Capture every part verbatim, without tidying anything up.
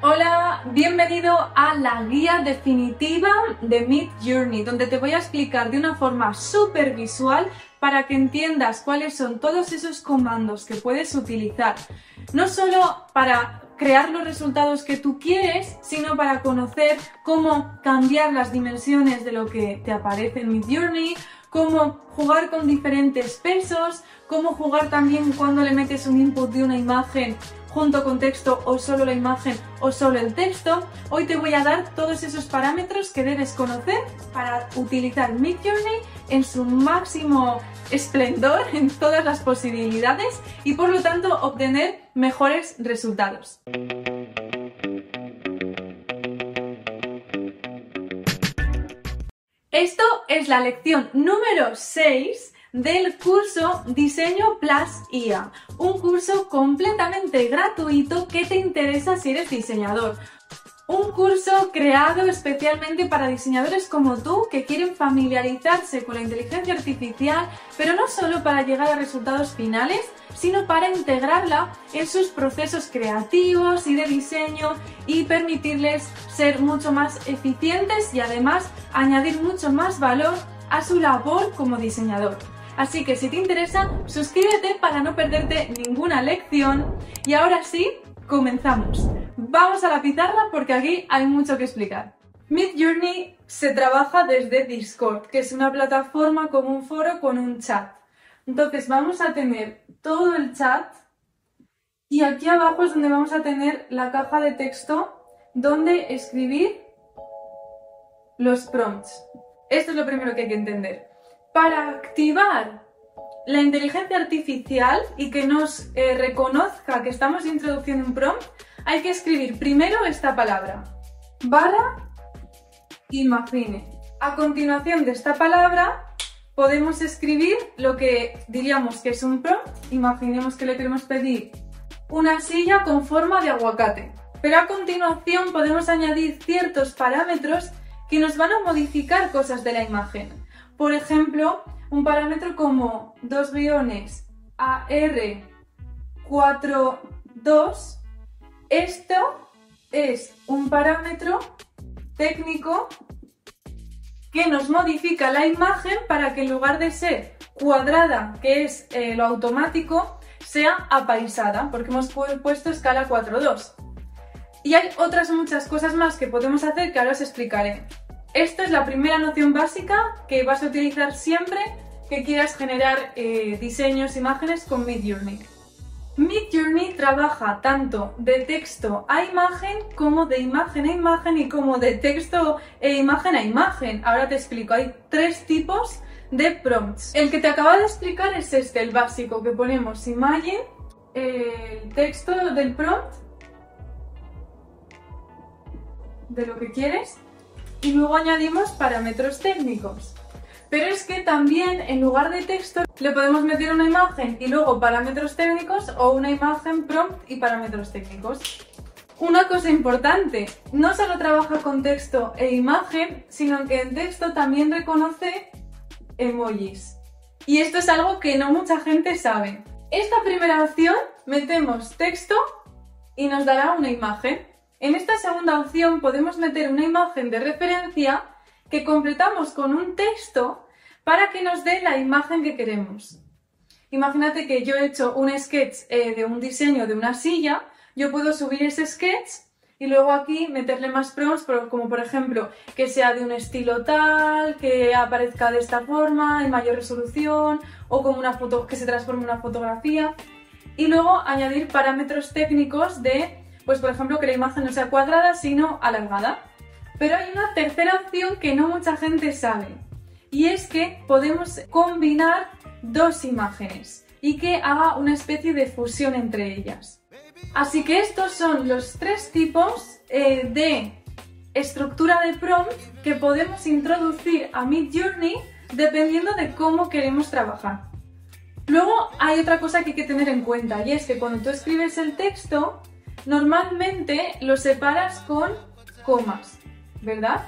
Hola, bienvenido a la guía definitiva de Midjourney, donde te voy a explicar de una forma súper visual para que entiendas cuáles son todos esos comandos que puedes utilizar, no solo para crear los resultados que tú quieres, sino para conocer cómo cambiar las dimensiones de lo que te aparece en Midjourney, cómo jugar con diferentes pesos, cómo jugar también cuando le metes un input de una imagen junto con texto o solo la imagen o solo el texto. Hoy te voy a dar todos esos parámetros que debes conocer para utilizar Midjourney en su máximo esplendor, en todas las posibilidades y por lo tanto obtener mejores resultados. Esto es la lección número seis del curso Diseño Plus I A, un curso completamente gratuito que te interesa si eres diseñador. Un curso creado especialmente para diseñadores como tú que quieren familiarizarse con la inteligencia artificial, pero no solo para llegar a resultados finales, sino para integrarla en sus procesos creativos y de diseño y permitirles ser mucho más eficientes y además añadir mucho más valor a su labor como diseñador. Así que si te interesa, suscríbete para no perderte ninguna lección. Y ahora sí, comenzamos. Vamos a la pizarra porque aquí hay mucho que explicar. Midjourney se trabaja desde Discord, que es una plataforma como un foro con un chat. Entonces vamos a tener todo el chat y aquí abajo es donde vamos a tener la caja de texto donde escribir los prompts. Esto es lo primero que hay que entender. Para activar la inteligencia artificial y que nos eh, reconozca que estamos introduciendo un prompt, hay que escribir primero esta palabra, barra imagine. A continuación de esta palabra podemos escribir lo que diríamos que es un prompt. Imaginemos que le queremos pedir una silla con forma de aguacate. Pero a continuación podemos añadir ciertos parámetros que nos van a modificar cosas de la imagen. Por ejemplo, un parámetro como dos guiones A R cuatro dos. Esto es un parámetro técnico que nos modifica la imagen para que en lugar de ser cuadrada, que es eh, lo automático, sea apaisada, porque hemos puesto escala cuatro dos. Y hay otras muchas cosas más que podemos hacer que ahora os explicaré. Esto es la primera noción básica que vas a utilizar siempre que quieras generar eh, diseños, imágenes con Midjourney. Midjourney trabaja tanto de texto a imagen como de imagen a imagen y como de texto e imagen a imagen. Ahora te explico, hay tres tipos de prompts. El que te acabo de explicar es este, el básico, que ponemos imagen, el texto del prompt, de lo que quieres, y luego añadimos parámetros técnicos. Pero es que también en lugar de texto le podemos meter una imagen y luego parámetros técnicos o una imagen prompt y parámetros técnicos. Una cosa importante, no solo trabaja con texto e imagen, sino que en texto también reconoce emojis. Y esto es algo que no mucha gente sabe. Esta primera opción metemos texto y nos dará una imagen. En esta segunda opción podemos meter una imagen de referencia que completamos con un texto para que nos dé la imagen que queremos. Imagínate que yo he hecho un sketch eh, de un diseño de una silla, yo puedo subir ese sketch y luego aquí meterle más prompts, como por ejemplo que sea de un estilo tal, que aparezca de esta forma, en mayor resolución, o como una foto que se transforme en una fotografía, y luego añadir parámetros técnicos de, pues por ejemplo, que la imagen no sea cuadrada sino alargada. Pero hay una tercera opción que no mucha gente sabe, y es que podemos combinar dos imágenes y que haga una especie de fusión entre ellas. Así que estos son los tres tipos eh, de estructura de prompt que podemos introducir a Midjourney dependiendo de cómo queremos trabajar. Luego hay otra cosa que hay que tener en cuenta, y es que cuando tú escribes el texto, normalmente lo separas con comas, ¿verdad?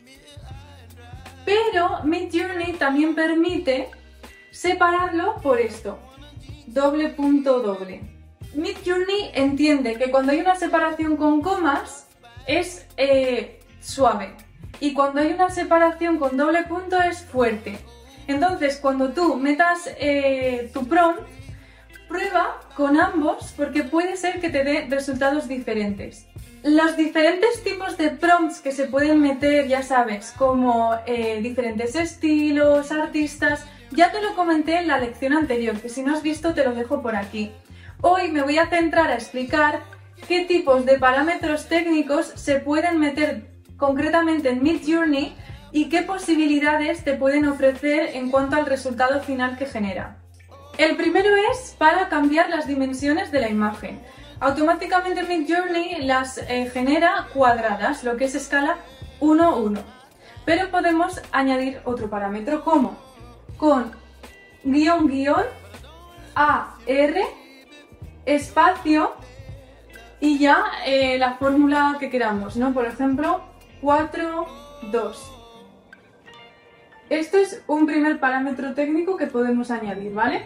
Pero Midjourney también permite separarlo por esto, doble punto doble. Midjourney entiende que cuando hay una separación con comas es eh, suave y cuando hay una separación con doble punto es fuerte. Entonces, cuando tú metas eh, tu prompt, prueba con ambos porque puede ser que te dé resultados diferentes. Los diferentes tipos de prompts que se pueden meter, ya sabes, como eh, diferentes estilos, artistas, ya te lo comenté en la lección anterior, que si no has visto te lo dejo por aquí. Hoy me voy a centrar a explicar qué tipos de parámetros técnicos se pueden meter concretamente en Midjourney y qué posibilidades te pueden ofrecer en cuanto al resultado final que genera. El primero es para cambiar las dimensiones de la imagen. Automáticamente Midjourney las eh, genera cuadradas, lo que es escala uno uno. Pero podemos añadir otro parámetro como con guión guión A R espacio y ya eh, la fórmula que queramos, ¿no? Por ejemplo, cuatro dos. Esto es un primer parámetro técnico que podemos añadir, ¿vale?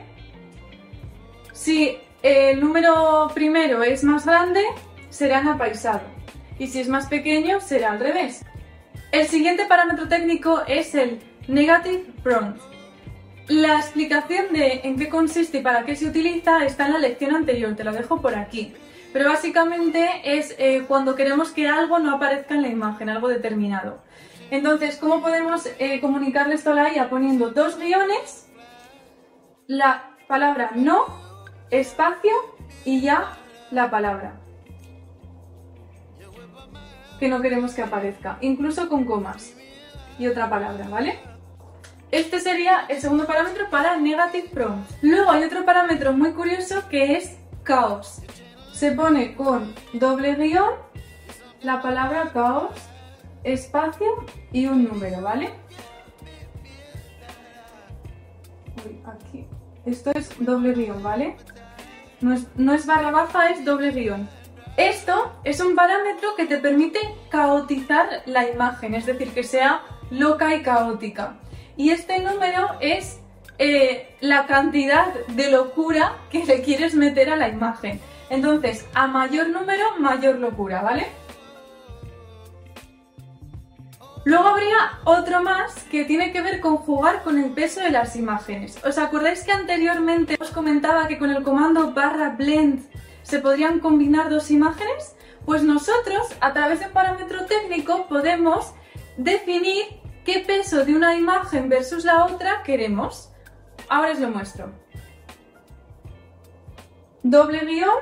Si el número primero es más grande, será en apaisado. Y si es más pequeño, será al revés. El siguiente parámetro técnico es el Negative Prompt. La explicación de en qué consiste y para qué se utiliza está en la lección anterior, te lo dejo por aquí. Pero básicamente es eh, cuando queremos que algo no aparezca en la imagen, algo determinado. Entonces, ¿cómo podemos eh, comunicarle esto a la I A? Poniendo dos guiones, la palabra no, espacio y ya la palabra que no queremos que aparezca, incluso con comas y otra palabra, ¿vale? Este sería el segundo parámetro para Negative Prompt. Luego hay otro parámetro muy curioso que es Chaos. Se pone con doble guión, la palabra Chaos, espacio y un número, ¿vale? Uy, aquí. Esto es doble guión, ¿vale? No es, no es barra baja, es doble guión. Esto es un parámetro que te permite caotizar la imagen, es decir, que sea loca y caótica. Y este número es eh, la cantidad de locura que le quieres meter a la imagen. Entonces, a mayor número, mayor locura, ¿vale? Luego habría otro más que tiene que ver con jugar con el peso de las imágenes. ¿Os acordáis que anteriormente os comentaba que con el comando barra blend se podrían combinar dos imágenes? Pues nosotros, a través de un parámetro técnico, podemos definir qué peso de una imagen versus la otra queremos. Ahora os lo muestro. Doble guión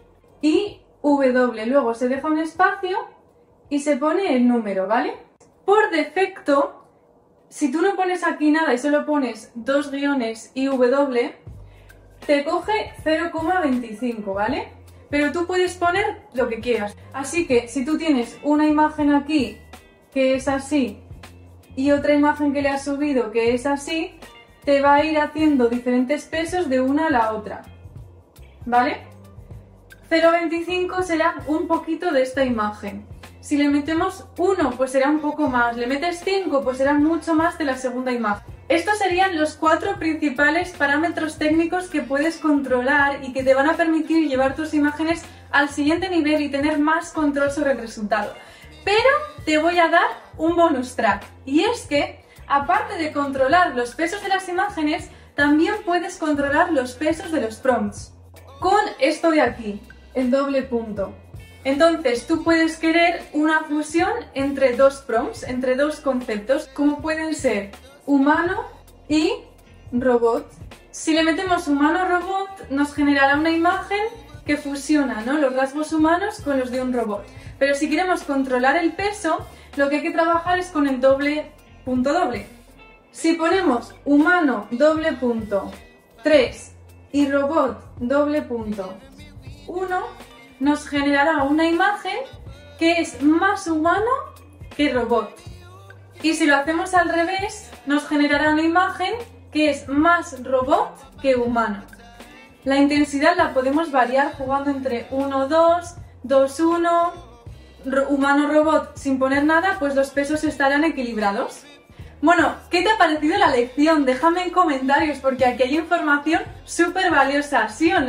y W. Luego se deja un espacio y se pone el número, ¿vale? Por defecto, si tú no pones aquí nada y solo pones dos guiones y W, te coge cero coma veinticinco, ¿vale? Pero tú puedes poner lo que quieras. Así que si tú tienes una imagen aquí que es así y otra imagen que le has subido que es así, te va a ir haciendo diferentes pesos de una a la otra, ¿vale? cero coma veinticinco será un poquito de esta imagen. Si le metemos uno, pues será un poco más. Le metes cinco, pues será mucho más de la segunda imagen. Estos serían los cuatro principales parámetros técnicos que puedes controlar y que te van a permitir llevar tus imágenes al siguiente nivel y tener más control sobre el resultado. Pero te voy a dar un bonus track. Y es que, aparte de controlar los pesos de las imágenes, también puedes controlar los pesos de los prompts. Con esto de aquí, el doble punto. Entonces tú puedes querer una fusión entre dos prompts, entre dos conceptos, como pueden ser humano y robot. Si le metemos humano-robot, nos generará una imagen que fusiona, ¿no?, los rasgos humanos con los de un robot. Pero si queremos controlar el peso, lo que hay que trabajar es con el doble punto doble. Si ponemos humano doble punto tres y robot doble punto uno, nos generará una imagen que es más humano que robot. Y si lo hacemos al revés, nos generará una imagen que es más robot que humano. La intensidad la podemos variar jugando entre uno dos, dos uno, humano-robot sin poner nada, pues los pesos estarán equilibrados. Bueno, ¿qué te ha parecido la lección? Déjame en comentarios porque aquí hay información súper valiosa, ¿sí o no?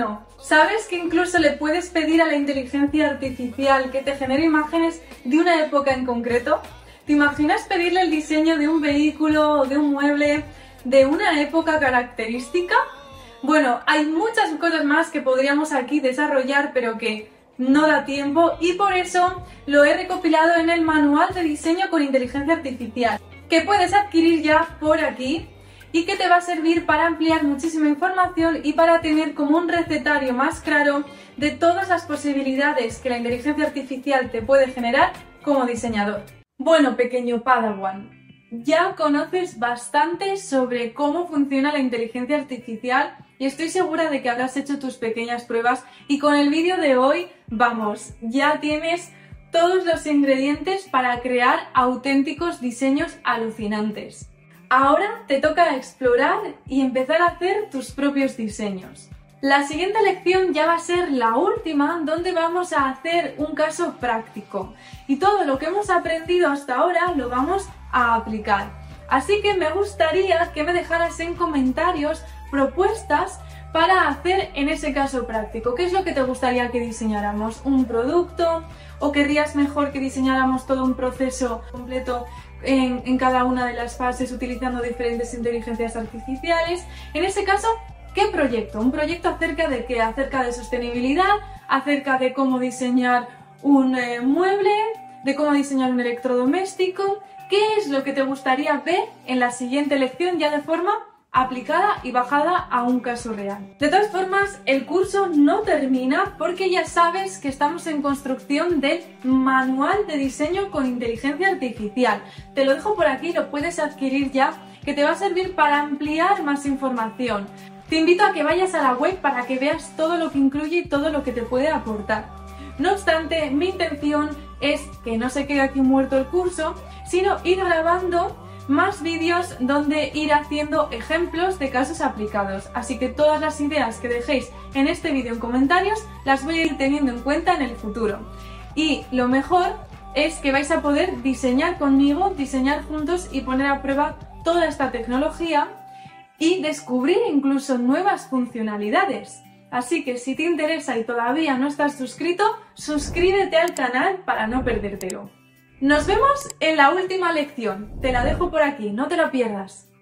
¿Sabes que incluso le puedes pedir a la inteligencia artificial que te genere imágenes de una época en concreto? ¿Te imaginas pedirle el diseño de un vehículo o de un mueble de una época característica? Bueno, hay muchas cosas más que podríamos aquí desarrollar, pero que no da tiempo, y por eso lo he recopilado en el manual de diseño con inteligencia artificial, que puedes adquirir ya por aquí y que te va a servir para ampliar muchísima información y para tener como un recetario más claro de todas las posibilidades que la inteligencia artificial te puede generar como diseñador. Bueno, pequeño Padawan, ya conoces bastante sobre cómo funciona la inteligencia artificial y estoy segura de que habrás hecho tus pequeñas pruebas, y con el vídeo de hoy, vamos, ya tienes todos los ingredientes para crear auténticos diseños alucinantes. Ahora te toca explorar y empezar a hacer tus propios diseños. La siguiente lección ya va a ser la última, donde vamos a hacer un caso práctico y todo lo que hemos aprendido hasta ahora lo vamos a aplicar. Así que me gustaría que me dejaras en comentarios propuestas para hacer en ese caso práctico. ¿Qué es lo que te gustaría que diseñáramos? ¿Un producto? ¿O querrías mejor que diseñáramos todo un proceso completo en, en cada una de las fases utilizando diferentes inteligencias artificiales? En ese caso, ¿qué proyecto? ¿Un proyecto acerca de qué? Acerca de sostenibilidad, acerca de cómo diseñar un eh, mueble, de cómo diseñar un electrodoméstico. ¿Qué es lo que te gustaría ver en la siguiente lección ya de forma aplicada y bajada a un caso real? De todas formas, el curso no termina porque ya sabes que estamos en construcción del manual de diseño con inteligencia artificial. Te lo dejo por aquí, lo puedes adquirir ya, que te va a servir para ampliar más información. Te invito a que vayas a la web para que veas todo lo que incluye y todo lo que te puede aportar. No obstante, mi intención es que no se quede aquí muerto el curso, sino ir grabando más vídeos donde ir haciendo ejemplos de casos aplicados. Así que todas las ideas que dejéis en este vídeo en comentarios las voy a ir teniendo en cuenta en el futuro. Y lo mejor es que vais a poder diseñar conmigo, diseñar juntos y poner a prueba toda esta tecnología y descubrir incluso nuevas funcionalidades. Así que si te interesa y todavía no estás suscrito, suscríbete al canal para no perdértelo. Nos vemos en la última lección, te la dejo por aquí, no te la pierdas.